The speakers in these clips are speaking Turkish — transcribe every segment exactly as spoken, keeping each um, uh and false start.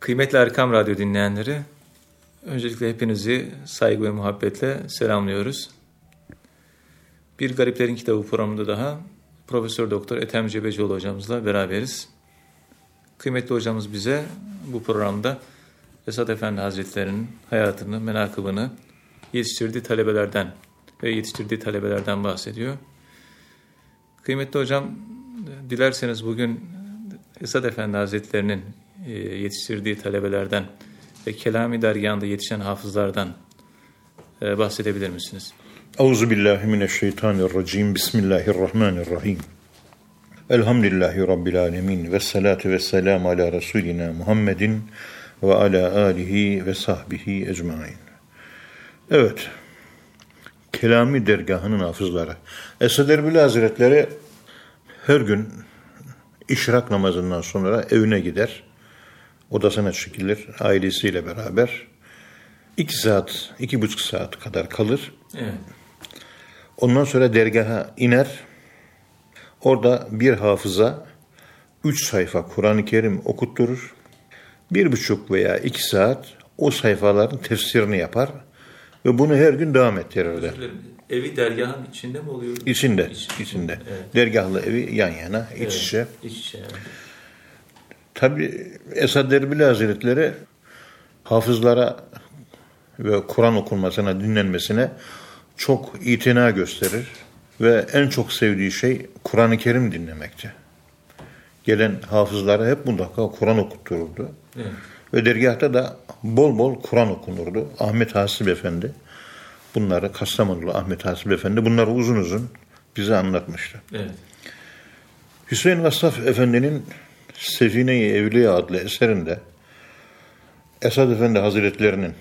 Kıymetli Erkam Radyo dinleyenleri, öncelikle hepinizi saygı ve muhabbetle selamlıyoruz. Bir Gariplerin Kitabı programında daha Profesör Doktor Ethem Cebecioğlu hocamızla beraberiz. Kıymetli hocamız bize bu programda Esad Efendi Hazretleri'nin hayatını, menakıbını, yetiştirdiği talebelerden ve yetiştirdiği talebelerden bahsediyor. Kıymetli hocam, dilerseniz bugün Esad Efendi Hazretleri'nin yetiştirdiği talebelerden ve Kelami Dergahı'nda yetişen hafızlardan bahsedebilir misiniz? Euzubillahimineşşeytanirracim. Bismillahirrahmanirrahim. Elhamdülillahi Rabbil alemin. Ve salatu ve selamu ala Resulina Muhammedin ve ala alihi ve sahbihi ecmain. Evet, Kelami Dergahı'nın hafızları. Esad Erbil Hazretleri her gün işrak namazından sonra evine gider. Odasına çekilir ailesiyle beraber. İki saat, iki buçuk saat kadar kalır. Evet. Ondan sonra dergaha iner. Orada bir hafıza üç sayfa Kur'an-ı Kerim okutturur. Bir buçuk veya iki saat o sayfaların tefsirini yapar. Ve bunu her gün devam ettirirler. Evi dergahın içinde mi oluyor? İçinde, İç, içinde. Evet. Dergahla evi yan yana, iç evet, içe. İç içe, evet. Tabii Esad Erbil Hazretleri hafızlara ve Kur'an okunmasına, dinlenmesine çok itina gösterir ve en çok sevdiği şey Kur'an-ı Kerim dinlemekti. Gelen hafızlara hep mutlaka Kur'an okuttururdu. Evet. Ve dergahta da bol bol Kur'an okunurdu. Ahmet Hasip Efendi, bunları Kastamonulu Ahmet Hasip Efendi bunları uzun uzun bize anlatmıştı. Evet. Hüseyin Vassaf Efendi'nin Sefine-i Evliya adlı eserinde Esad Efendi Hazretlerinin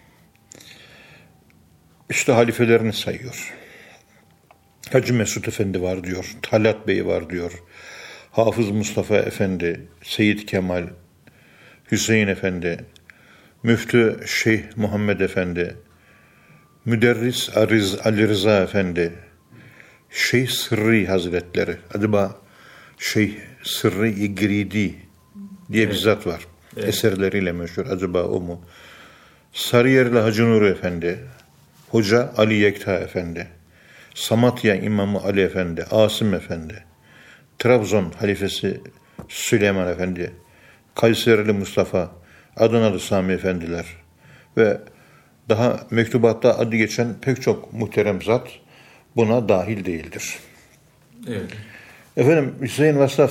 işte halifelerini sayıyor. Hacı Mesut Efendi var diyor, Talat Bey var diyor, Hafız Mustafa Efendi, Seyyid Kemal, Hüseyin Efendi, Müftü Şeyh Muhammed Efendi, Müderris Ali Rıza Efendi, Şeyh Sırrı Hazretleri, acaba Şeyh Sırrı İgridi diye evet. bir zat var. Evet. Eserleriyle meşhur. Acaba o mu? Sarıyerli Hacı Nuri Efendi, Hoca Ali Yekta Efendi, Samatya İmamı Ali Efendi, Asım Efendi, Trabzon Halifesi Süleyman Efendi, Kayserili Mustafa, Adanalı Sami Efendiler ve daha mektubatta adı geçen pek çok muhterem zat buna dahil değildir. Evet. Efendim Hüseyin Vassaf,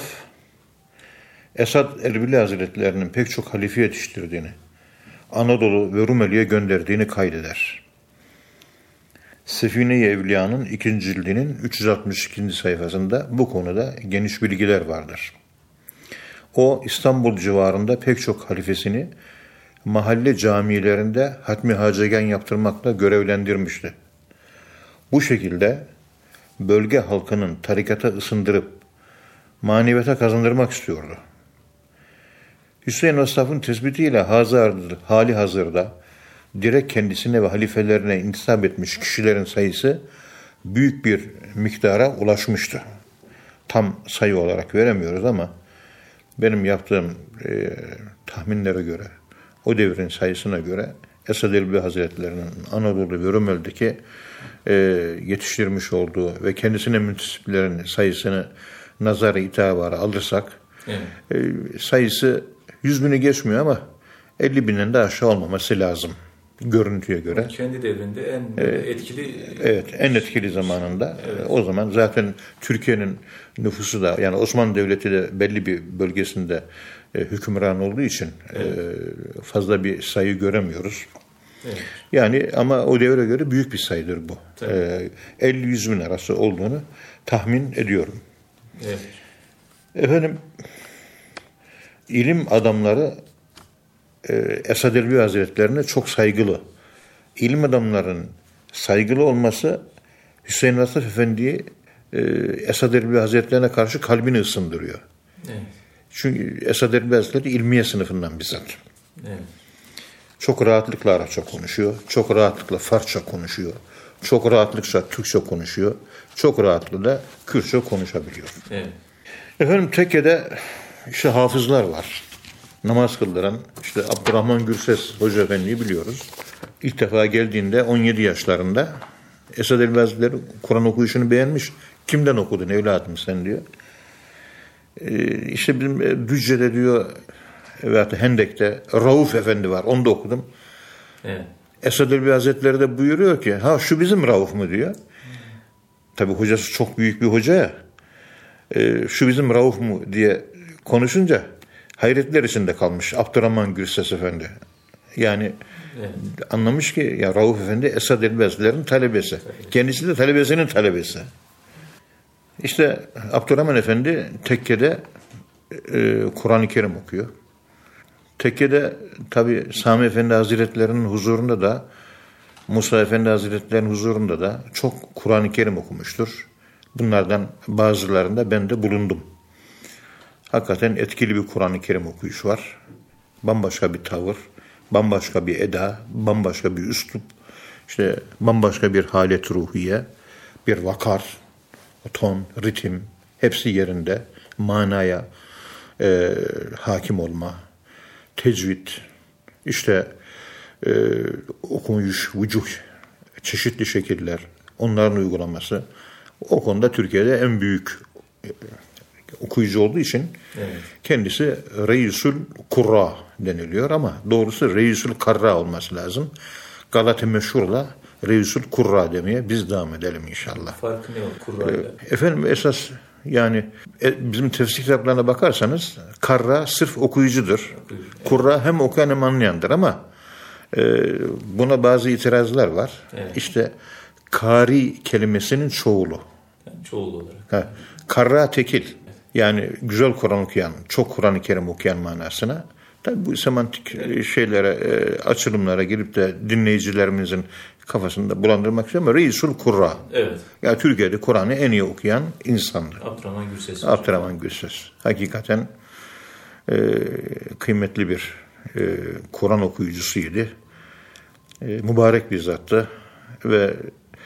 Esad Erbil Hazretlerinin pek çok halife yetiştirdiğini, Anadolu ve Rumeli'ye gönderdiğini kaydeder. Sefine-i Evliya'nın ikinci cildinin üç yüz altmış ikinci sayfasında bu konuda geniş bilgiler vardır. O İstanbul civarında pek çok halifesini mahalle camilerinde hatmi hacegen yaptırmakla görevlendirmişti. Bu şekilde bölge halkının tarikata ısındırıp maneviyata kazandırmak istiyordu. Hüseyin Vassaf'ın tespitiyle hazırda, hali hazırda direkt kendisine ve halifelerine intisap etmiş kişilerin sayısı büyük bir miktara ulaşmıştı. Tam sayı olarak veremiyoruz ama benim yaptığım e, tahminlere göre, o devrin sayısına göre Esad Erbil Hazretleri'nin Anadolu ve Rumeli'deki e, yetiştirmiş olduğu ve kendisine müntesiplerin sayısını nazar-ı itibarı alırsak evet. e, sayısı yüz bini geçmiyor ama elli binden de aşağı olmaması lazım görüntüye göre. Kendi devrinde en e, etkili evet en etkili zamanında evet. O zaman zaten Türkiye'nin nüfusu da yani Osmanlı Devleti de belli bir bölgesinde e, hükümran olduğu için evet. e, fazla bir sayı göremiyoruz. Evet. Yani ama o devre göre büyük bir sayıdır bu. E, elli yüz bin arası olduğunu tahmin ediyorum. Evet. Efendim ilim adamları e, Esad Erbil Hazretlerine çok saygılı. İlim adamlarının saygılı olması Hüseyin Vassaf Efendi'yi e, Esad Erbil Hazretlerine karşı kalbini ısındırıyor. Evet. Çünkü Esad Erbil Hazretleri ilmiye sınıfından bir zat. Evet. Çok rahatlıkla Arapça konuşuyor. Çok rahatlıkla Farsça konuşuyor. Çok rahatlıkla Türkçe konuşuyor. Çok rahatlıkla Kürtçe konuşabiliyor. Evet. Efendim tekkede işte hafızlar var. namaz kıldıran işte Abdurrahman Gürses Hoca Efendi'yi biliyoruz. İlk defa geldiğinde on yedi yaşlarında Esad Elbi Hazretleri Kur'an okuyuşunu beğenmiş. Kimden okudun evladım sen diyor. Ee, işte bizim Düzce'de diyor veyahut da Hendek'te Rauf Efendi var. Onu da okudum. Evet. Esad Elbi Hazretleri de buyuruyor ki ha şu bizim Rauf mu diyor. Tabii hocası çok büyük bir hoca ya. Ee, şu bizim Rauf mu diye konuşunca hayretler içinde kalmış Abdurrahman Gürses Efendi. Yani evet. Anlamış ki ya Rauf Efendi Esad Elbi Hazretleri'nin talebesi. Evet. Kendisi de talebesinin talebesi. İşte Abdurrahman Efendi tekkede e, Kur'an-ı Kerim okuyor. Tekkede tabi Sami Efendi Hazretleri'nin huzurunda da Musa Efendi Hazretleri'nin huzurunda da çok Kur'an-ı Kerim okumuştur. Bunlardan bazılarında ben de bulundum. Hakikaten etkili bir Kur'an-ı Kerim okuyuş var. Bambaşka bir tavır, bambaşka bir eda, bambaşka bir üslup, işte bambaşka bir halet ruhiye, bir vakar, ton, ritim, hepsi yerinde, manaya e, hakim olma, tecvid, işte e, okuyuş, vücuh, çeşitli şekiller, onların uygulaması. O konuda Türkiye'de en büyük e, okuyucu olduğu için evet. Kendisi Reisül Kurra deniliyor ama doğrusu Reisül Karra olması lazım. Galata meşhurla Reisül Kurra demeye biz devam edelim inşallah. Farkı ne o Kurra'yla? Efendim esas yani e, bizim tefsir kitaplarına bakarsanız Karra sırf okuyucudur. Okuyucu, evet. Kurra hem okuyan hem anlayandır ama e, buna bazı itirazlar var. Evet. İşte Kari kelimesinin çoğulu. Yani çoğulu olarak. Ha, Karra tekil. Yani güzel Kur'an okuyan, çok Kur'an-ı Kerim okuyan manasına. Tabii bu semantik evet. şeylere, açılımlara girip de dinleyicilerimizin kafasında bulandırmak istiyorum ama Reisül Kurra. Evet. Yani Türkiye'de Kur'an'ı en iyi okuyan insandır. Abdurrahman Gürses. Abdurrahman Gürses. Hakikaten e, kıymetli bir e, Kur'an okuyucusuydu. E, mübarek bir zattı ve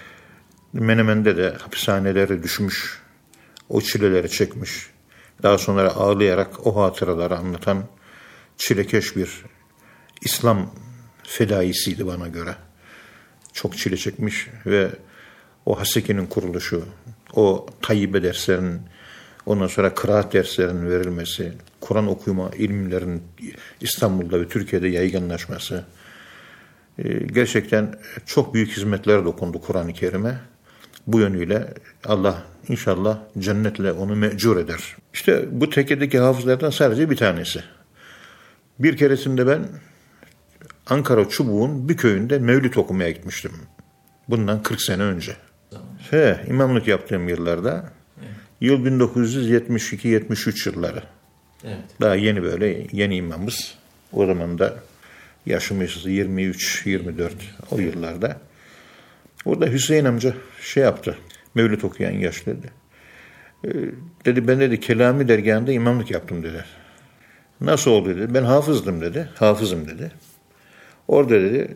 Menemen'de de hapishanelere düşmüş, o çileleri çekmiş. Daha sonra ağlayarak o hatıraları anlatan çilekeş bir İslam fedaisiydi bana göre. Çok çile çekmiş ve o Haseki'nin kuruluşu, o Tayyibe derslerinin, ondan sonra kıraat derslerinin verilmesi, Kur'an okuma ilimlerinin İstanbul'da ve Türkiye'de yaygınlaşması, gerçekten çok büyük hizmetler dokundu Kur'an-ı Kerim'e. Bu yönüyle Allah inşallah cennetle onu mecur eder. İşte bu tekkedeki hafızlardan sadece bir tanesi. Bir keresinde ben Ankara Çubuk'un bir köyünde mevlüt okumaya gitmiştim. Bundan kırk sene önce. He, imamlık yaptığım yıllarda, evet. Yıl bin dokuz yüz yetmiş iki yetmiş üç yılları. Evet. Daha yeni böyle yeni imamız. O zaman da yaşımız yirmi üç yirmi dört o yıllarda. Orada Hüseyin amca şey yaptı. Mevlüt okuyan yaşlı dedi. Ee, dedi ben dedi Kelami dergahında imamlık yaptım dedi. Nasıl oldu dedi. Ben hafızdım dedi. Hafızım dedi. Orada dedi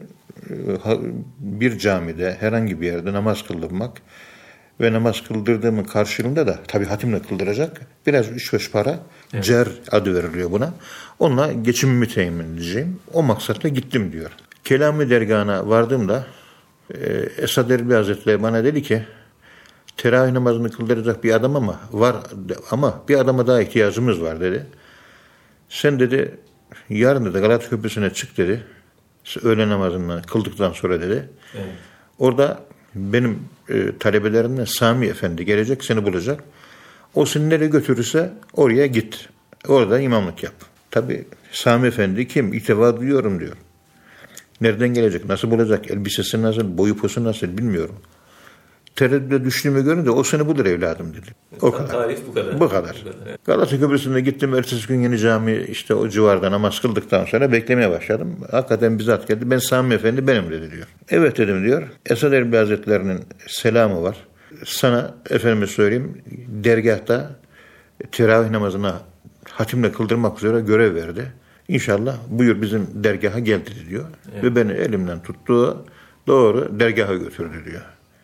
bir camide herhangi bir yerde namaz kıldırmak ve namaz kıldırdığımın karşılığında da tabii hatimle kıldıracak biraz üç beş para evet. Cer adı veriliyor buna. Onunla geçimimi temin edeceğim. O maksatla gittim diyor. Kelami dergahına vardığımda Esad Elbi Hazretleri bana dedi ki teravih namazını kıldıracak bir adam ama var ama bir adama daha ihtiyacımız var dedi. Sen dedi yarın dedi Galata Köprüsü'ne çık dedi. Öğle namazını kıldıktan sonra dedi. Evet. Orada benim e, talebelerimden Sami Efendi gelecek seni bulacak. O seni nereye götürürse oraya git. Orada imamlık yap. Tabii Sami Efendi kim? İlk defa duyuyorum diyor. Nereden gelecek? Nasıl bulacak? Elbisesi nasıl? Boyu posu nasıl? Bilmiyorum. Tereddüde düştüğümü görünce o seni bulur evladım dedi. O kadar. Tarif bu kadar. Bu kadar. Bu kadar. Galata Köprüsü'nde gittim. Ertesi gün Yeni Cami işte o civarda namaz kıldıktan sonra beklemeye başladım. Hakikaten bizzat geldi. Ben Sami Efendi benim dedi diyor. Evet dedim diyor. Esad Elbi Hazretleri'nin selamı var. Sana efendime söyleyeyim dergahta teravih namazına hatimle kıldırmak üzere görev verdi. İnşallah buyur bizim dergaha gel dedi diyor. Evet. Ve beni elimden tuttu. Doğru dergaha götürdü diyor.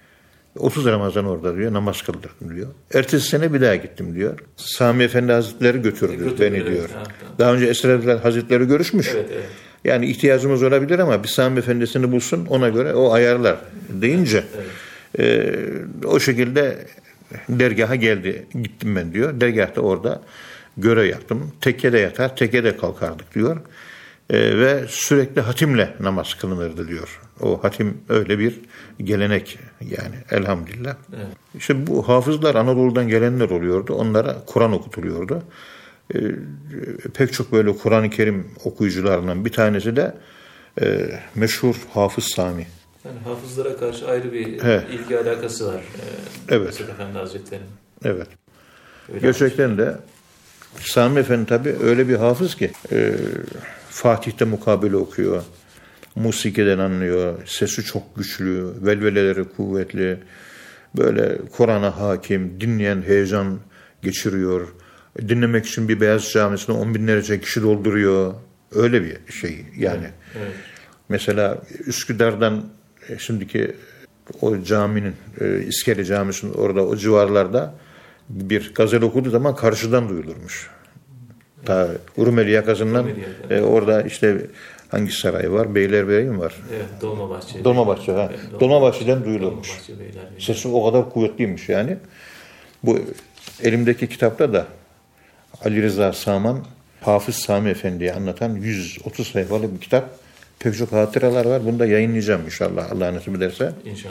otuz Ramazan orada diyor, namaz kıldırdım diyor. Ertesi sene bir daha gittim diyor. Sami Efendi Hazretleri götürdü, Götürdü, beni evet, diyor. evet. Daha önce Esrarullah Hazretleri görüşmüş. Evet, evet. Yani ihtiyacımız olabilir ama bir Sami Efendisini bulsun, ona göre o ayarlar deyince evet. e, o şekilde dergaha geldi. Gittim ben diyor. Dergahta orada görev yaptım. Tekkede yatar, tekkede kalkardık diyor. E, ve sürekli hatimle namaz kılınırdı diyor. O hatim öyle bir gelenek yani elhamdülillah. Evet. İşte bu hafızlar Anadolu'dan gelenler oluyordu. Onlara Kur'an okutuluyordu. E, pek çok böyle Kur'an-ı Kerim okuyucularından bir tanesi de e, meşhur Hafız Sami. Yani hafızlara karşı ayrı bir He. ilgi alakası var. E, evet. Esad Efendi Hazretleri'nin. Evet. Öyle gerçekten de Sami Efendi tabii öyle bir hafız ki e, Fatih'te mukabele okuyor. Musikiden anlıyor. Sesi çok güçlü. Velveleleri kuvvetli. Böyle Kur'an'a hakim. Dinleyen heyecan geçiriyor. Dinlemek için bir Beyaz Camisi'ne on binlerce kişi dolduruyor. Öyle bir şey yani. Evet, evet. Mesela Üsküdar'dan şimdiki o caminin, e, İskele Camisi'nin orada o civarlarda bir gazel okuduğu zaman karşıdan duyulurmuş. Ta Urmeli yakasından Urmeli yakasından. E, orada işte hangi saray var? Beylerbeyi mi var? Evet, Dolmabahçe. Dolmabahçe ha. Evet, Dolmabahçe'den duyulurmuş. Dolmabahçe, Beylerbeyi. Sesi o kadar kuvvetliymiş yani. Bu elimdeki kitapta da Ali Rıza Saman Hafız Sami Efendi'yi anlatan yüz otuz sayfalı bir kitap. Pek çok hatıralar var. Bunu da yayınlayacağım inşallah Allah nasip ederse. İnşallah.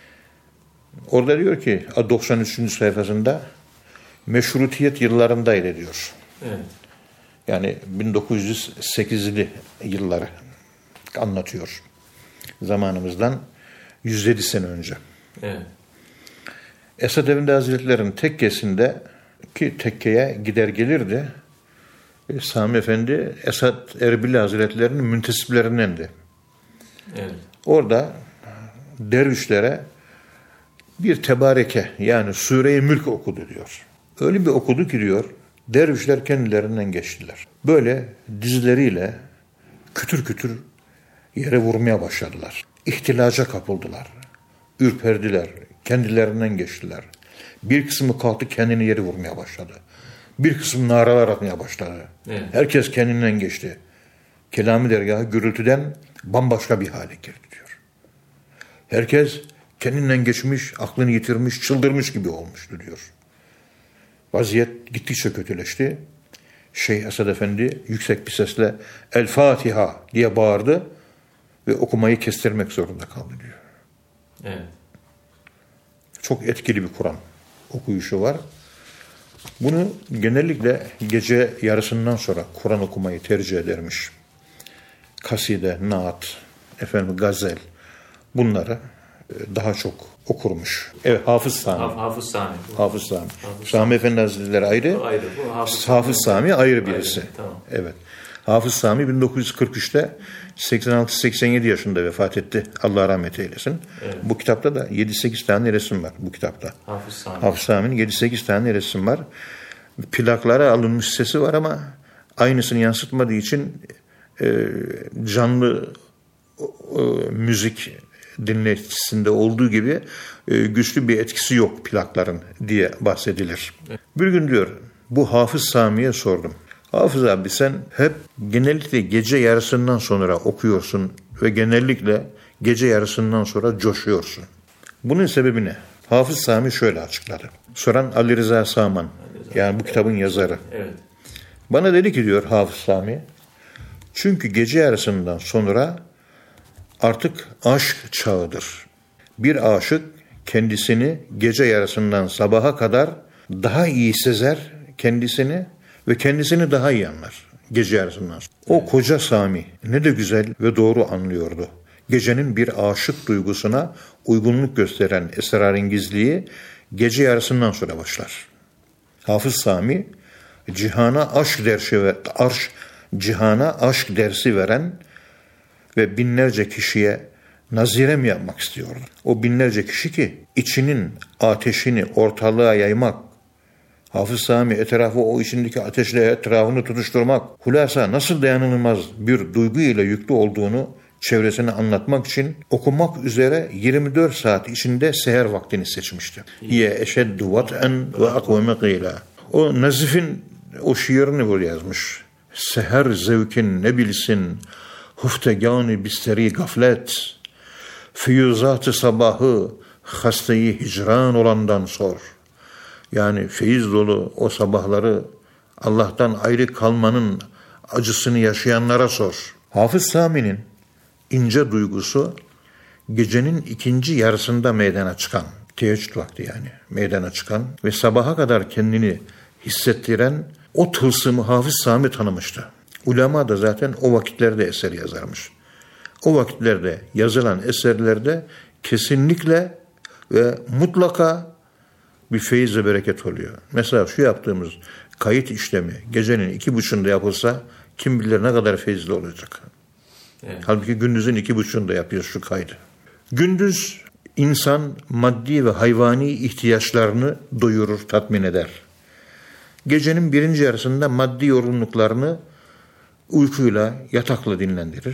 Orada diyor ki doksan üçüncü sayfasında meşrutiyet yıllarındaydı diyor. Evet. Yani bin dokuz yüz sekizli yılları anlatıyor. Zamanımızdan yüz yedi sene önce. Evet. Esad Efendi Hazretleri'nin tekkesinde ki tekkeye gider gelirdi. Sami Efendi Esad Erbil Hazretleri'nin müntesiplerindendi. Evet. Orada dervişlere bir tebareke yani Sure-i Mülk okudu diyor. Öyle bir okudu ki diyor dervişler kendilerinden geçtiler. Böyle dizleriyle kütür kütür yere vurmaya başladılar. İhtilaca kapıldılar. Ürperdiler. Kendilerinden geçtiler. Bir kısmı kalktı kendini yere vurmaya başladı. Bir kısmı naralar atmaya başladı. Evet. Herkes kendinden geçti. Kelami dergahı gürültüden bambaşka bir hale girdi diyor. Herkes kendinden geçmiş, aklını yitirmiş, çıldırmış gibi olmuştu diyor. Vaziyet gittikçe kötüleşti. Şeyh Esad Efendi yüksek bir sesle El Fatiha diye bağırdı ve okumayı kestirmek zorunda kaldı diyor. Evet. Çok etkili bir Kur'an okuyuşu var. Bunu genellikle gece yarısından sonra Kur'an okumayı tercih edermiş. Kaside, naat, efendim gazel bunları daha çok okurmuş. Evet, Hafız Sami. Hafız Sami. Hafız Sami. Hafız Sami Efendi Hazretleri ayrı. Bu ayrı. Bu Hafız, Hafız Sami ayrı birisi. Ayrı, tamam. Evet. Hafız Sami bin dokuz yüz kırk üçte seksen altı seksen yedi yaşında vefat etti. Allah rahmet eylesin. Evet. Bu kitapta da yedi sekiz tane resim var bu kitapta. Hafız Sami. Hafız Sami'nin yedi sekiz tane resim var. Plaklara alınmış sesi var ama aynısını yansıtmadığı için e, canlı e, müzik dinleticisinde olduğu gibi e, güçlü bir etkisi yok plakların diye bahsedilir. Evet. Bir gün diyor bu Hafız Sami'ye sordum. Hafız abi sen hep genellikle gece yarısından sonra okuyorsun ve genellikle gece yarısından sonra coşuyorsun. Bunun sebebi ne? Hafız Sami şöyle açıkladı. Soran Ali Rıza Saman. Ali Rıza. Yani bu kitabın yazarı. Evet. Bana dedi ki diyor Hafız Sami, çünkü gece yarısından sonra artık aşk çağıdır. Bir aşık kendisini gece yarısından sabaha kadar daha iyi sezer kendisini ve kendisini daha iyi anlar gece yarısından sonra. O koca Sami ne de güzel ve doğru anlıyordu. Gecenin bir aşık duygusuna uygunluk gösteren esrarengizliği gece yarısından sonra başlar. Hafız Sami cihana aşk dersi ve arş cihana aşk dersi veren ve binlerce kişiye nazire mi yapmak istiyordu? O binlerce kişi ki içinin ateşini ortalığa yaymak, Hafız Sami etrafı o içindeki ateşle etrafını tutuşturmak, hulasa nasıl dayanılmaz bir duygu ile yüklü olduğunu çevresine anlatmak için okumak üzere yirmi dört saat içinde seher vaktini seçmişti. Ye eşeddu vat'en ve akveme qîlâ. O Nazif'in o şiirini böyle yazmış. Seher zevkin ne bilsin, huftegâni bisteri gaflet, füyüzat-ı sabahı, hasteyi hicran olandan sor. Yani feyiz dolu o sabahları Allah'tan ayrı kalmanın acısını yaşayanlara sor. Hafız Sami'nin ince duygusu gecenin ikinci yarısında meydana çıkan, teheccüd vakti yani meydana çıkan ve sabaha kadar kendini hissettiren o tılsımı Hafız Sami tanımıştı. Ulema da zaten o vakitlerde eser yazarmış. O vakitlerde yazılan eserlerde kesinlikle ve mutlaka bir feyiz ve bereket oluyor. Mesela şu yaptığımız kayıt işlemi gecenin iki buçuğunda yapılsa kim bilir ne kadar feyizli olacak. Evet. Halbuki gündüzün iki buçuğunda yapıyor şu kaydı. Gündüz insan maddi ve hayvani ihtiyaçlarını doyurur, tatmin eder. Gecenin birinci yarısında maddi yorgunluklarını uykuyla, yatakla dinlendirir.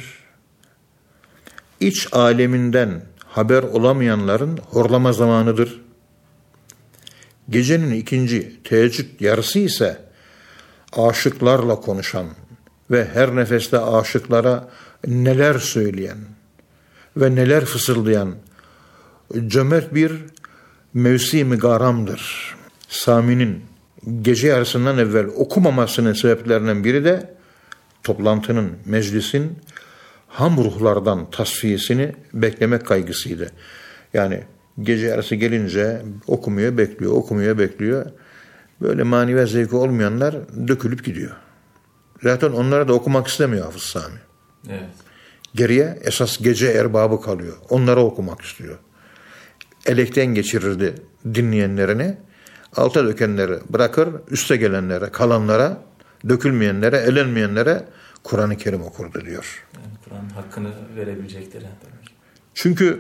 İç aleminden haber olamayanların horlama zamanıdır. Gecenin ikinci teheccüd yarısı ise aşıklarla konuşan ve her nefeste aşıklara neler söyleyen ve neler fısıldayan cömert bir mevsim-i garamdır. Sami'nin gece yarısından evvel okumamasının sebeplerinden biri de toplantının, meclisin ham ruhlardan tasfiyesini beklemek kaygısıydı. Yani gece yarısı gelince okumuyor, bekliyor, okumuyor, bekliyor. Böyle manevi zevki olmayanlar dökülüp gidiyor. Zaten onlara da okumak istemiyor Hafız Sami. Evet. Geriye esas gece erbabı kalıyor. Onlara okumak istiyor. Elekten geçirirdi dinleyenlerini. Alta dökenleri bırakır, üste gelenlere, kalanlara, dökülmeyenlere, elenmeyenlere Kur'an-ı Kerim okurdu diyor. Yani Kur'an'ın hakkını verebilecekleri. Çünkü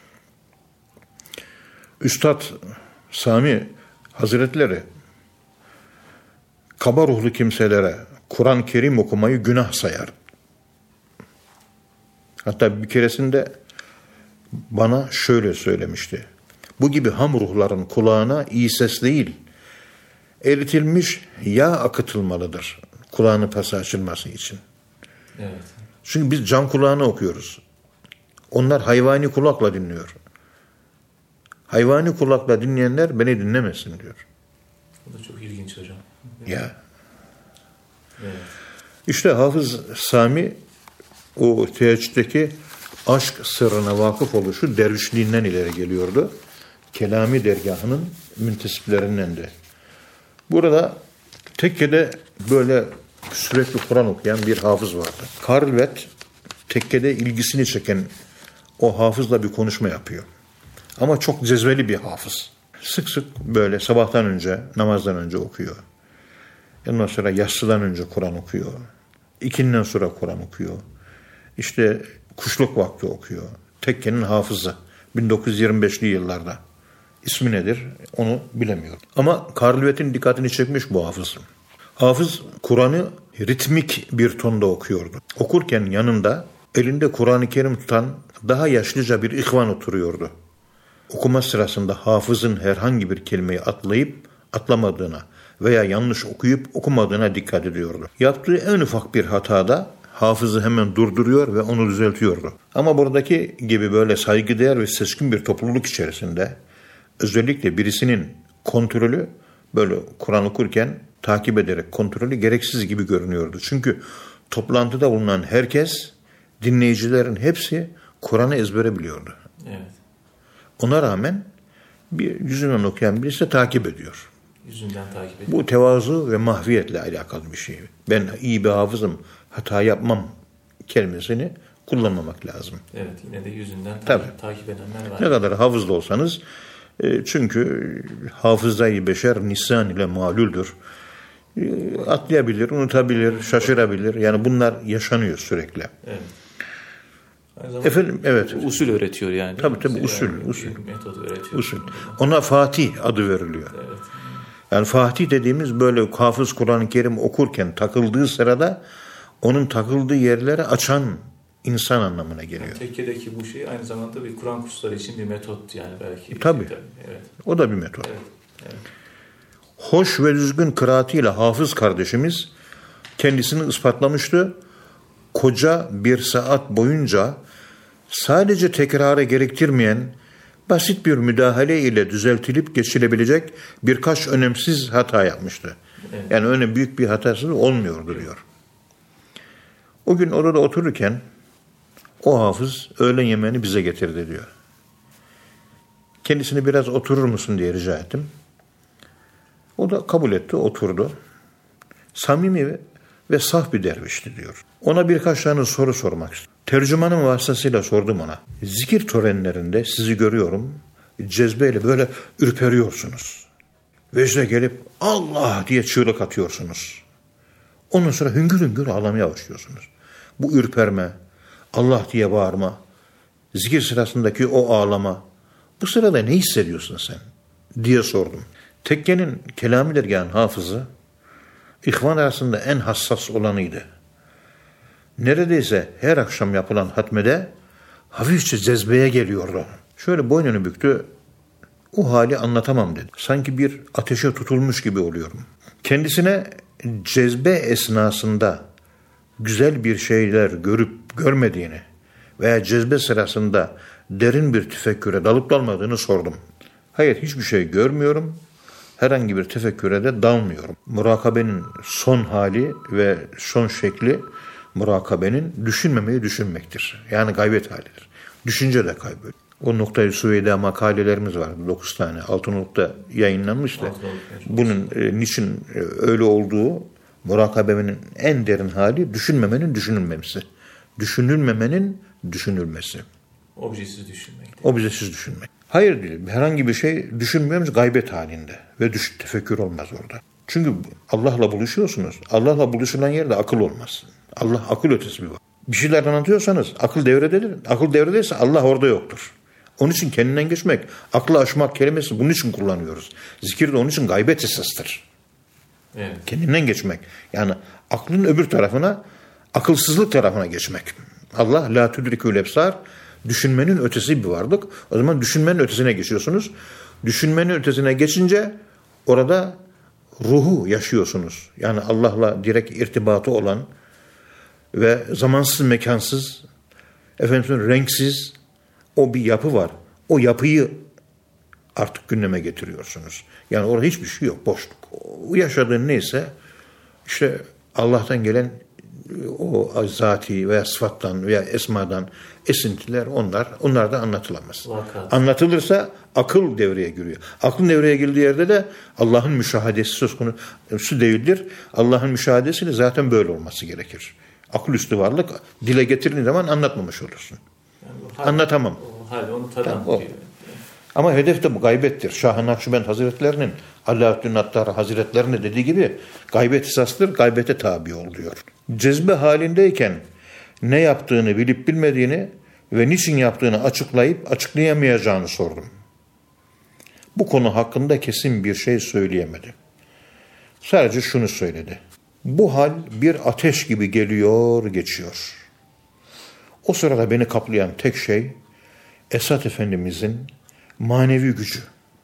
Üstad Sami Hazretleri kaba ruhlu kimselere Kur'an-ı Kerim okumayı günah sayar. Hatta bir keresinde bana şöyle söylemişti. Bu gibi ham ruhların kulağına iyi ses değil, eritilmiş yağ akıtılmalıdır kulağını pası açılması için. Evet. Çünkü biz can kulağına okuyoruz. Onlar hayvani kulakla dinliyor. Hayvani kulakla dinleyenler beni dinlemesin diyor. Bu da çok ilginç hocam. Ya. Evet. İşte Hafız Sami o teheccüddeki aşk sırrına vakıf oluşu dervişliğinden ileri geliyordu. Kelami dergahının müntesiplerinden de. Burada tekkede böyle sürekli Kur'an okuyan bir hafız vardı. Karlvet tekkede ilgisini çeken o hafızla bir konuşma yapıyor. Ama çok cezveli bir hafız. Sık sık böyle sabahtan önce, namazdan önce okuyor. Ondan sonra yatsıdan önce Kur'an okuyor. İkinden sonra Kur'an okuyor. İşte kuşluk vakti okuyor. Tekkenin hafızı. bin dokuz yüz yirmi beşli yıllarda. İsmi nedir? Onu bilemiyorum. Ama Karlvet'in dikkatini çekmiş bu hafız. Hafız Kur'an'ı ritmik bir tonda okuyordu. Okurken yanında elinde Kur'an-ı Kerim tutan daha yaşlıca bir ihvan oturuyordu. Okuma sırasında hafızın herhangi bir kelimeyi atlayıp atlamadığına veya yanlış okuyup okumadığına dikkat ediyordu. Yaptığı en ufak bir hatada hafızı hemen durduruyor ve onu düzeltiyordu. Ama buradaki gibi böyle saygıdeğer ve seçkin bir topluluk içerisinde özellikle birisinin kontrolü böyle Kur'an okurken takip ederek kontrolü gereksiz gibi görünüyordu. Çünkü toplantıda bulunan herkes, dinleyicilerin hepsi Kur'an'ı ezbere biliyordu. Evet. Ona rağmen bir yüzünden okuyan birisi takip ediyor. Yüzünden takip ediyor. Bu tevazu ve mahviyetle alakalı bir şey. Ben iyi bir hafızım, hata yapmam kelimesini kullanmamak lazım. Evet, yine de yüzünden Tabii. takip, takip edenler var. Ne kadar hafızlı olsanız, e, çünkü hafızayı beşer nisan ile malüldür. E, atlayabilir, unutabilir, şaşırabilir. Yani bunlar yaşanıyor sürekli. Evet. Efendim, evet. Usul öğretiyor yani. Tabii tabii usul, yani, usul. Metodu öğretiyor. Usul. Ona Fatih adı veriliyor. Evet. Yani Fatih dediğimiz böyle hafız Kur'an-ı Kerim okurken takıldığı sırada onun takıldığı yerleri açan İnsan anlamına geliyor. Yani tekkedeki bu şey aynı zamanda bir Kur'an kursları için bir metot yani belki. Tabii. Evet. O da bir metot. Evet. Evet. Hoş ve düzgün kıraatiyle Hafız kardeşimiz kendisini ispatlamıştı. Koca bir saat boyunca sadece tekrara gerektirmeyen basit bir müdahale ile düzeltilip geçilebilecek birkaç önemsiz hata yapmıştı. Evet. Yani öyle büyük bir hatası olmuyordu diyor. O gün orada otururken o hafız öğlen yemeğini bize getirdi diyor. Kendisine biraz oturur musun diye rica ettim. O da kabul etti, oturdu. Samimi ve, ve saf bir dervişti diyor. Ona birkaç tane soru sormak istedim. Tercümanın vasıtasıyla sordum ona. Zikir törenlerinde sizi görüyorum, cezbeyle böyle ürperiyorsunuz. Vecde gelip Allah diye çığlık atıyorsunuz. Ondan sonra hüngür hüngür ağlamaya başlıyorsunuz. Bu ürperme, Allah diye bağırma, zikir sırasındaki o ağlama, bu sırada ne hissediyorsun sen diye sordum. Tekkenin Kelami Dergahı'nın hafızı, İhvan arasında en hassas olanıydı. Neredeyse her akşam yapılan hatmede hafifçe cezbeye geliyordu. Şöyle boynunu büktü, o hali anlatamam dedi. Sanki bir ateşe tutulmuş gibi oluyorum. Kendisine cezbe esnasında güzel bir şeyler görüp görmediğini veya cezbe sırasında derin bir tefekküre dalıp dalmadığını sordum. Hayır, hiçbir şey görmüyorum. Herhangi bir tefekküre de dalmıyorum. Murakabenin son hali ve son şekli murakabenin düşünmemeyi düşünmektir. Yani gaybet halidir. Düşünce de kaybediyor. O Noktayı Süveyda makalelerimiz vardı. Dokuz tane. Altınoluk'ta yayınlanmıştı. Bunun e, niçin e, öyle olduğu, murakabenin en derin hali düşünmemenin düşünülmemesi. Düşünülmemenin düşünülmesi. Objesiz düşünmek. Objesiz düşünmek. Hayır değil. Herhangi bir şey düşünmüyoruz gaybet halinde. Ve düş, tefekkür olmaz orada. Çünkü Allah'la buluşuyorsunuz. Allah'la buluşulan yerde akıl olmaz. Allah akıl ötesi bir var. Bir şeyler anlatıyorsanız akıl devrededir. Akıl devredeyse Allah orada yoktur. Onun için kendinden geçmek, aklı aşmak kelimesi bunun için kullanıyoruz. Zikir de onun için gaybet esastır. Evet. Kendinden geçmek. Yani aklın öbür tarafına, akılsızlık tarafına geçmek. Allah la tudrikul ebsar, düşünmenin ötesi bir varlık. O zaman düşünmenin ötesine geçiyorsunuz. Düşünmenin ötesine geçince orada ruhu yaşıyorsunuz. Yani Allah'la direkt irtibatı olan ve zamansız, mekansız, efendim renksiz o bir yapı var. O yapıyı artık gündeme getiriyorsunuz. Yani orada hiçbir şey yok, boşluk. O yaşadığın neyse işte Allah'tan gelen o zati veya sıfattan veya esmadan esintiler onlar. Onlar da anlatılamaz. Vakat. Anlatılırsa akıl devreye giriyor. Aklın devreye girdiği yerde de Allah'ın müşahadesi söz konusu değildir. Allah'ın müşahadesiyle zaten böyle olması gerekir. Akıl üstü varlık dile getirdiğin zaman anlatmamış olursun. Yani hal, Anlatamam. O hal, onu tadam yani diyor. Ama hedef de bu gaybettir. Şah-ı Nakşibend Hazretlerinin, Alaaddin Attar Hazretlerinin dediği gibi gaybet esastır, gaybete tabi ol diyor. Cezbe halindeyken ne yaptığını bilip bilmediğini ve niçin yaptığını açıklayıp açıklayamayacağını sordum. Bu konu hakkında kesin bir şey söyleyemedi. Sadece şunu söyledi. Bu hal bir ateş gibi geliyor, geçiyor. O sırada beni kaplayan tek şey Esat Efendimizin manevi gücü.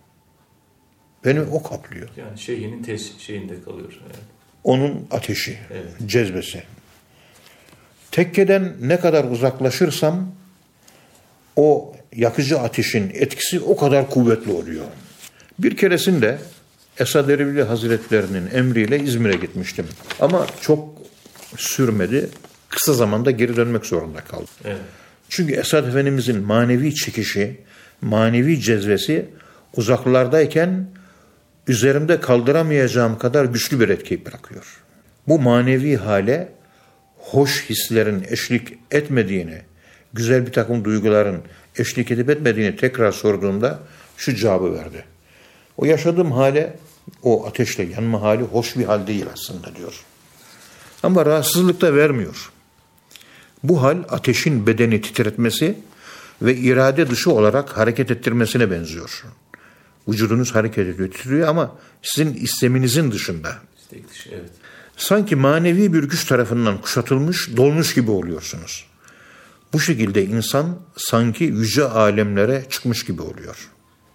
Beni o kaplıyor. Yani şeyhinin tes şeyinde kalıyor. Evet. Onun ateşi, evet. Cezbesi. Tekkeden ne kadar uzaklaşırsam o yakıcı ateşin etkisi o kadar kuvvetli oluyor. Bir keresinde Esad Erbil Hazretlerinin emriyle İzmir'e gitmiştim. Ama çok sürmedi. Kısa zamanda geri dönmek zorunda kaldım. Evet. Çünkü Esad Efendimizin manevi çekişi, manevi cezvesi uzaklardayken üzerimde kaldıramayacağım kadar güçlü bir etki bırakıyor. Bu manevi hale hoş hislerin eşlik etmediğini, güzel bir takım duyguların eşlik edip etmediğini tekrar sorduğumda şu cevabı verdi. O yaşadığım hale, o ateşle yanma hali hoş bir hal değil aslında diyor. Ama rahatsızlık da vermiyor. Bu hal ateşin bedeni titretmesi ve irade dışı olarak hareket ettirmesine benziyor. Vücudunuz hareket ediyor, titriyor ama sizin isteminizin dışında. İstek dışı, evet. Sanki manevi bir güç tarafından kuşatılmış, dolmuş gibi oluyorsunuz. Bu şekilde insan sanki yüce alemlere çıkmış gibi oluyor.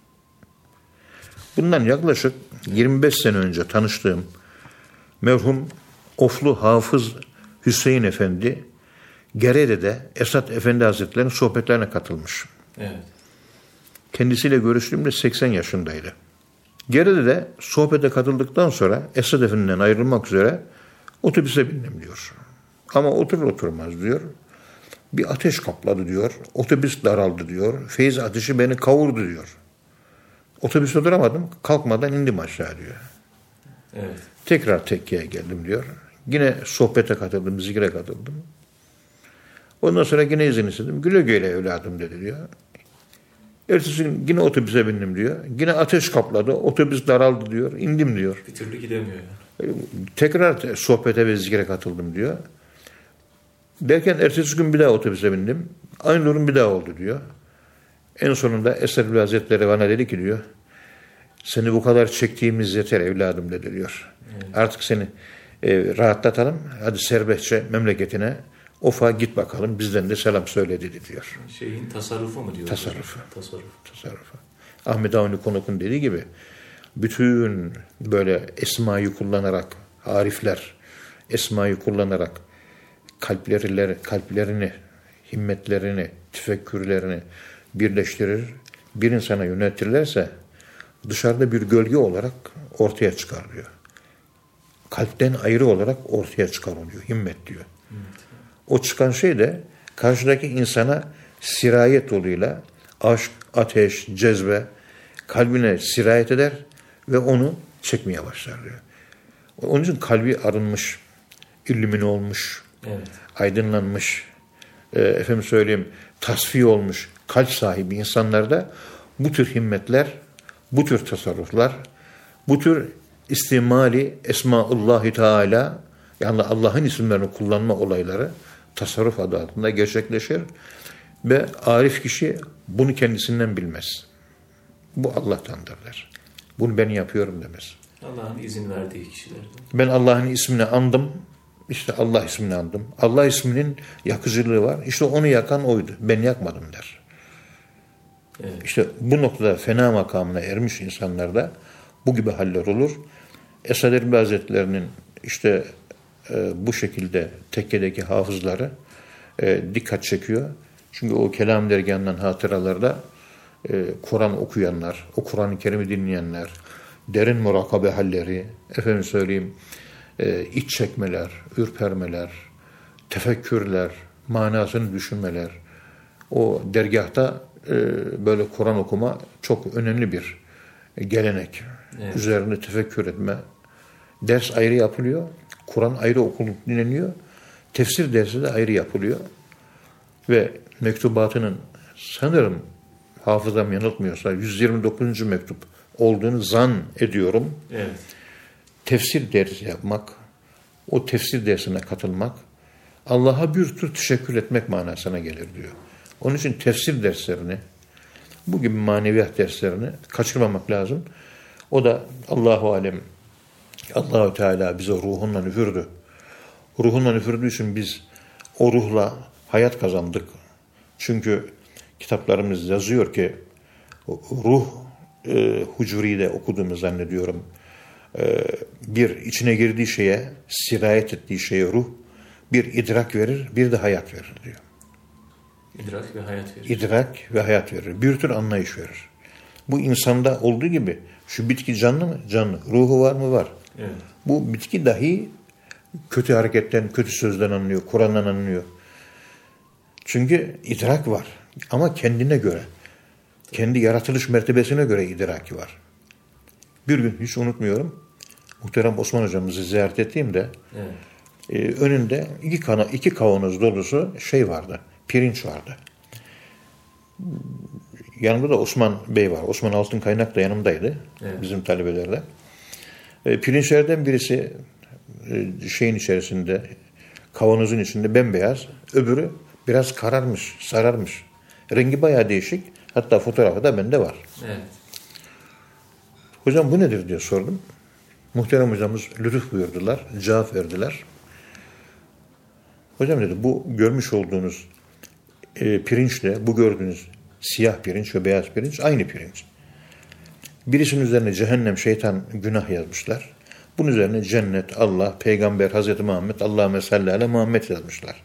Bundan yaklaşık yirmi beş sene önce tanıştığım merhum Oflu Hafız Hüseyin Efendi Gerede'de Esat Efendi Hazretleri'nin sohbetlerine katılmış. Evet. Kendisiyle görüştüğümde seksen yaşındaydı. Gerede'de sohbete katıldıktan sonra Esat Efendi'den ayrılmak üzere otobüse bindim diyor. Ama oturur oturmaz diyor. Bir ateş kapladı diyor. Otobüs daraldı diyor. Feyiz ateşi beni kavurdu diyor. Otobüste duramadım. Kalkmadan indim aşağı diyor. Evet. Tekrar tekkiye geldim diyor. Yine sohbete katıldım, zikre katıldım. Ondan sonra yine izin istedim. Güle güle evladım dedi diyor. Ertesi gün yine otobüse bindim diyor. Yine ateş kapladı. Otobüs daraldı diyor. İndim diyor. Bir türlü gidemiyor yani. Tekrar sohbete ve zikre katıldım diyor. Derken ertesi gün bir daha otobüse bindim. Aynı durum bir daha oldu diyor. En sonunda Eserül Hazretleri bana dedi ki diyor, seni bu kadar çektiğimiz yeter evladım dedi diyor. Evet. Artık seni e, rahatlatalım. Hadi serbestçe memleketine Of'a git bakalım. Bizden de selam söyle dedi diyor. Şeyin tasarrufu mu diyor? Tasarrufu. Tasarruf. Tasarrufu. Ahmet Avni Konuk'un dediği gibi bütün böyle esmayı kullanarak arifler esmayı kullanarak kalpleri, kalplerini, himmetlerini, tefekkürlerini birleştirir, bir insana yöneltirlerse dışarıda bir gölge olarak ortaya çıkar diyor. Kalpten ayrı olarak ortaya çıkar oluyor, himmet diyor. Evet. O çıkan şey de karşıdaki insana sirayet yoluyla aşk, ateş, cezbe kalbine sirayet eder ve onu çekmeye başlar diyor. Onun için kalbi arınmış, illümine olmuş, evet, aydınlanmış, e, efendim söyleyeyim tasfiye olmuş kalp sahibi insanlarda bu tür himmetler, bu tür tasarruflar, bu tür istimali Esmaullahi Teala, yani Allah'ın isimlerini kullanma olayları tasarruf adı altında gerçekleşir ve arif kişi bunu kendisinden bilmez. Bu Allah'tandır der. Bunu ben yapıyorum demez. Allah'ın izin verdiği kişiler. Ben Allah'ın ismini andım. İşte Allah ismini andım. Allah isminin yakıcılığı var. İşte onu yakan oydu. Ben yakmadım der. Evet. İşte bu noktada fena makamına ermiş insanlarda bu gibi haller olur. Esad Erbil Hazretleri'nin işte e, bu şekilde tekkedeki hafızları e, dikkat çekiyor. Çünkü o Kelam dergahından hatıralarda e, Kur'an okuyanlar, o Kur'an-ı Kerim'i dinleyenler, derin murakabe halleri, efendim söyleyeyim, e, iç çekmeler, ürpermeler, tefekkürler, manasını düşünmeler, o dergahta e, böyle Kur'an okuma çok önemli bir gelenek. Evet. Üzerine tefekkür etme. Ders ayrı yapılıyor, Kur'an ayrı okulup dinleniyor, tefsir dersi de ayrı yapılıyor. Ve mektubatının sanırım hafızam yanıltmıyorsa yüz yirmi dokuzuncu mektup olduğunu zan ediyorum. Evet. Tefsir dersi yapmak, o tefsir dersine katılmak, Allah'a bir tür teşekkür etmek manasına gelir diyor. Onun için tefsir derslerini, bu gibi maneviyat derslerini kaçırmamak lazım. O da Allahu alem, Allahu Teala bize ruhunla üfürdü. Ruhunla üfürdüğü için biz o ruhla hayat kazandık. Çünkü kitaplarımız yazıyor ki ruh e, Hucuri'de okuduğumu zannediyorum. E, bir içine girdiği şeye, sirayet ettiği şeye ruh bir idrak verir, bir de hayat verir diyor. İdrak ve hayat verir. İdrak ve hayat verir. Bir tür anlayış verir. Bu insanda olduğu gibi şu bitki canlı mı? Canlı. Ruhu var mı? Var. Evet. Bu bitki dahi kötü hareketten, kötü sözden anlıyor, Kur'an'dan anlıyor. Çünkü idrak var. Ama kendine göre, kendi yaratılış mertebesine göre idraki var. Bir gün hiç unutmuyorum, muhterem Osman hocamızı ziyaret ettiğimde evet, e, önünde iki, kana, iki kavanoz dolusu şey vardı, pirinç vardı. Yanımda da Osman Bey var. Osman Altın Kaynak da yanımdaydı. Evet. Bizim talebelerde. E, pirinçlerden birisi e, şeyin içerisinde, kavanozun içinde bembeyaz. Öbürü biraz kararmış, sararmış. Rengi bayağı değişik. Hatta fotoğrafı da bende var. Evet. Hocam bu nedir diye sordum. Muhterem hocamız lütuf buyurdular. Cevap verdiler. Hocam dedi bu görmüş olduğunuz e, pirinçle bu gördüğünüz siyah pirinç ve beyaz pirinç aynı pirinç. Birisinin üzerine cehennem, şeytan, günah yazmışlar. Bunun üzerine cennet, Allah, peygamber, Hazreti Muhammed, Allahümme salli ala Muhammed yazmışlar.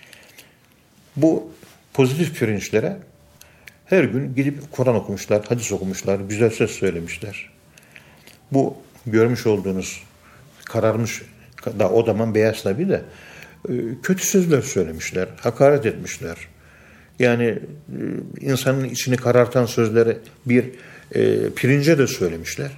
Bu pozitif pirinçlere her gün gidip Kur'an okumuşlar, hadis okumuşlar, güzel söz söylemişler. Bu görmüş olduğunuz kararmış, da o zaman beyaz tabi de kötü sözler söylemişler, hakaret etmişler. Yani insanın içini karartan sözleri bir e, pirince de söylemişler.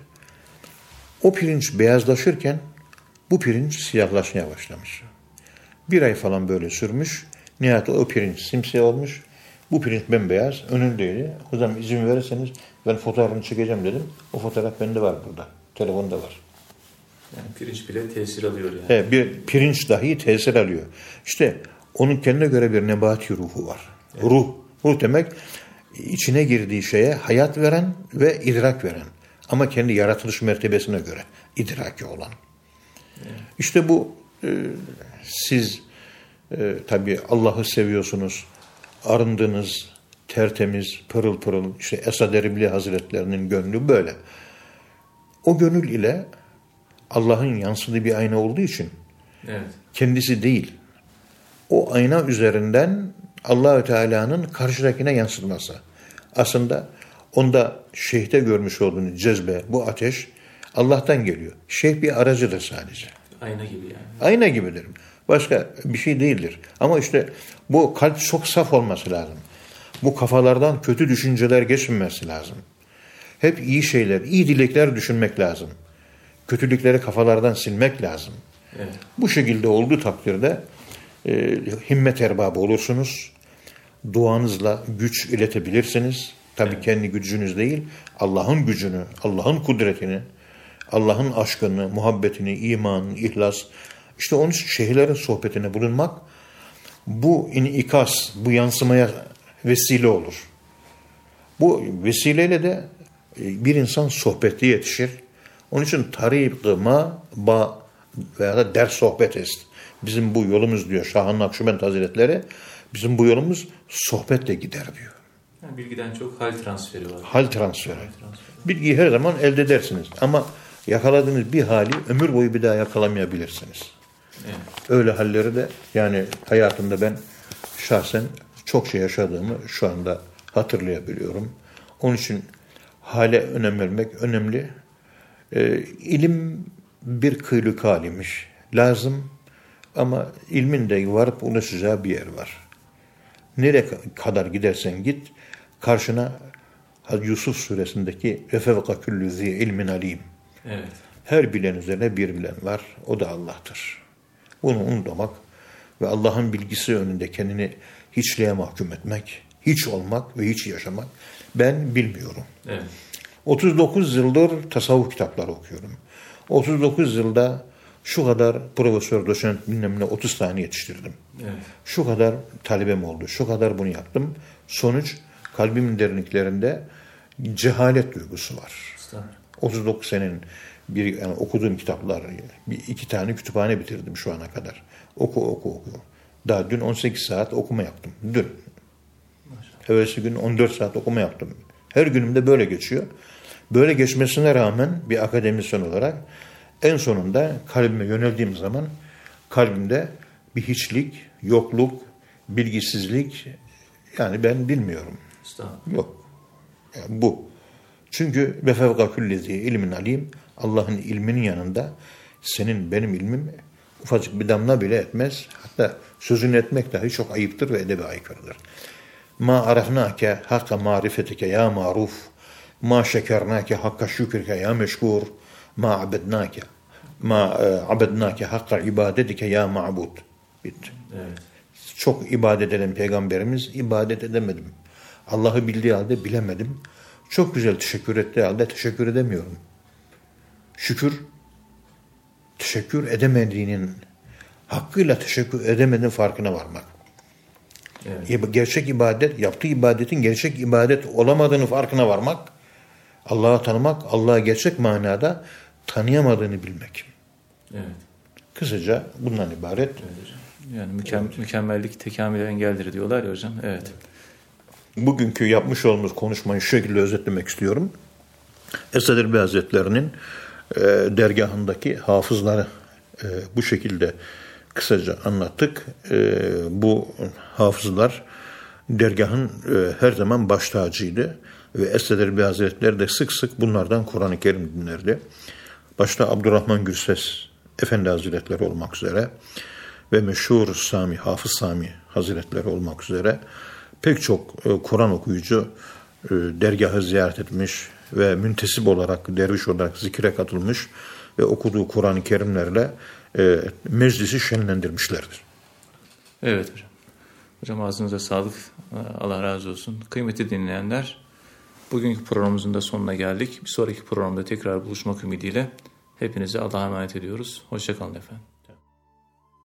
O pirinç beyazlaşırken bu pirinç siyahlaşmaya başlamış. Bir ay falan böyle sürmüş. Nihayet o pirinç simsiyah olmuş. Bu pirinç bembeyaz, önündeydi. O zaman izin verirseniz ben fotoğrafını çekeceğim dedim. O fotoğraf bende var burada. Telefonda var. Yani pirinç bile tesir alıyor yani. He, bir pirinç dahi tesir alıyor. İşte onun kendine göre bir nebati ruhu var. Evet. Ruh. Ruh demek içine girdiği şeye hayat veren ve idrak veren. Ama kendi yaratılış mertebesine göre idraki olan. Evet. İşte bu e, siz e, tabii Allah'ı seviyorsunuz. Arındınız, tertemiz, pırıl pırıl. İşte Esad Erbil Hazretlerinin gönlü böyle. O gönül ile Allah'ın yansıdığı bir ayna olduğu için evet. Kendisi değil. O ayna üzerinden Allah-u Teala'nın karşıdakine yansıtması. Aslında onda şeyhte görmüş olduğunuz cezbe, bu ateş Allah'tan geliyor. Şeyh bir aracıdır sadece. Ayna gibi yani. Ayna gibidir. Başka bir şey değildir. Ama işte bu kalp çok saf olması lazım. Bu kafalardan kötü düşünceler geçmemesi lazım. Hep iyi şeyler, iyi dilekler düşünmek lazım. Kötülükleri kafalardan silmek lazım. Evet. Bu şekilde olduğu takdirde e, himmet erbabı olursunuz. Duanızla güç iletebilirsiniz. Tabii evet. Kendi gücünüz değil, Allah'ın gücünü, Allah'ın kudretini, Allah'ın aşkını, muhabbetini, imanını, ihlas. İşte onun için şeyhlerin sohbetine bulunmak bu inikas, bu yansımaya vesile olur. Bu vesileyle de bir insan sohbette yetişir. Onun için tarik-ı ma ba veya da ders sohbet est. Bizim bu yolumuz diyor Şah-ı Nakşibend Hazretleri, bizim bu yolumuz sohbetle gider diyor. Yani bilgiden çok hal transferi var. Hal transferi. Hal transferi. Bilgiyi her zaman elde edersiniz. Ama yakaladığınız bir hali ömür boyu bir daha yakalamayabilirsiniz. Evet. Öyle halleri de yani hayatımda ben şahsen çok şey yaşadığımı şu anda hatırlayabiliyorum. Onun için hale önem vermek önemli. Ee, ilim bir kıyılık halimiş. Lazım ama ilmin de varıp ulaşacağı bir yer var. Nereye kadar gidersen git, karşına Yusuf suresindeki ve fevka küllü zi ilmin alim. Evet. Her bilen üzerine bir bilen var. O da Allah'tır. Bunu unutmamak ve Allah'ın bilgisi önünde kendini hiçliğe mahkum etmek, hiç olmak ve hiç yaşamak. Ben bilmiyorum. Evet. otuz dokuz yıldır tasavvuf kitapları okuyorum. otuz dokuz yılda şu kadar profesör, doçent bilmem ne otuz tane yetiştirdim. Evet. Şu kadar talebem oldu. Şu kadar bunu yaptım. Sonuç kalbimin derinliklerinde cehalet duygusu var. otuz dokuz senenin bir yani okuduğum kitaplar, bir iki tane kütüphane bitirdim şu ana kadar. Oku oku oku. Daha dün on sekiz saat okuma yaptım. Dün. Evvelsi gün on dört saat okuma yaptım. Her günümde böyle geçiyor. Böyle geçmesine rağmen bir akademisyen olarak en sonunda kalbime yöneldiğim zaman kalbimde bir hiçlik, yokluk, bilgisizlik, yani ben bilmiyorum. Yok. Yani bu. Çünkü ve fevka küllezi ilmin alim, Allah'ın ilminin yanında senin benim ilmim ufacık bir damla bile etmez. Hatta sözünü etmek dahi çok ayıptır ve edebe aykırıdır. Ma arafnake hakka marifetike ya maruf, ma şekernake hakka şükrike ya meşkur, ma abednake ma abednake hakka ibadetike ya ma'bud. Bitti. Evet. Çok ibadet eden peygamberimiz ibadet edemedim. Allah'ı bildiği halde bilemedim. Çok güzel teşekkür ettiği halde teşekkür edemiyorum. Şükür, teşekkür edemediğinin, hakkıyla teşekkür edemediğinin farkına varmak. Evet. Gerçek ibadet, yaptığı ibadetin gerçek ibadet olamadığını farkına varmak, Allah'ı tanımak, Allah'ı gerçek manada tanıyamadığını bilmek. Evet. Kısaca bundan ibaret. Evet. Yani mükem, evet. mükemmellik tekamüle engeldir diyorlar ya hocam. Evet. evet. Bugünkü yapmış olduğumuz konuşmayı şu şekilde özetlemek istiyorum. Esad Erbil Hazretleri'nin e, dergahındaki hafızları e, bu şekilde kısaca anlattık. E, bu hafızlar dergahın e, her zaman baş tacıydı. Ve Esad Erbil Hazretleri de sık sık bunlardan Kur'an-ı Kerim dinlerdi. Başta Abdurrahman Gürses Efendi Hazretleri olmak üzere ve meşhur Sami, Hafız Sami Hazretleri olmak üzere pek çok e, Kur'an okuyucu e, dergahı ziyaret etmiş ve müntesip olarak, derviş olarak zikre katılmış ve okuduğu Kur'an-ı Kerimlerle e, meclisi şenlendirmişlerdir. Evet hocam. Hocam ağzınıza sağlık. Allah razı olsun. Kıymetli dinleyenler, bugünkü programımızın da sonuna geldik. Bir sonraki programda tekrar buluşmak ümidiyle hepinize Allah'a emanet ediyoruz. Hoşça kalın efendim.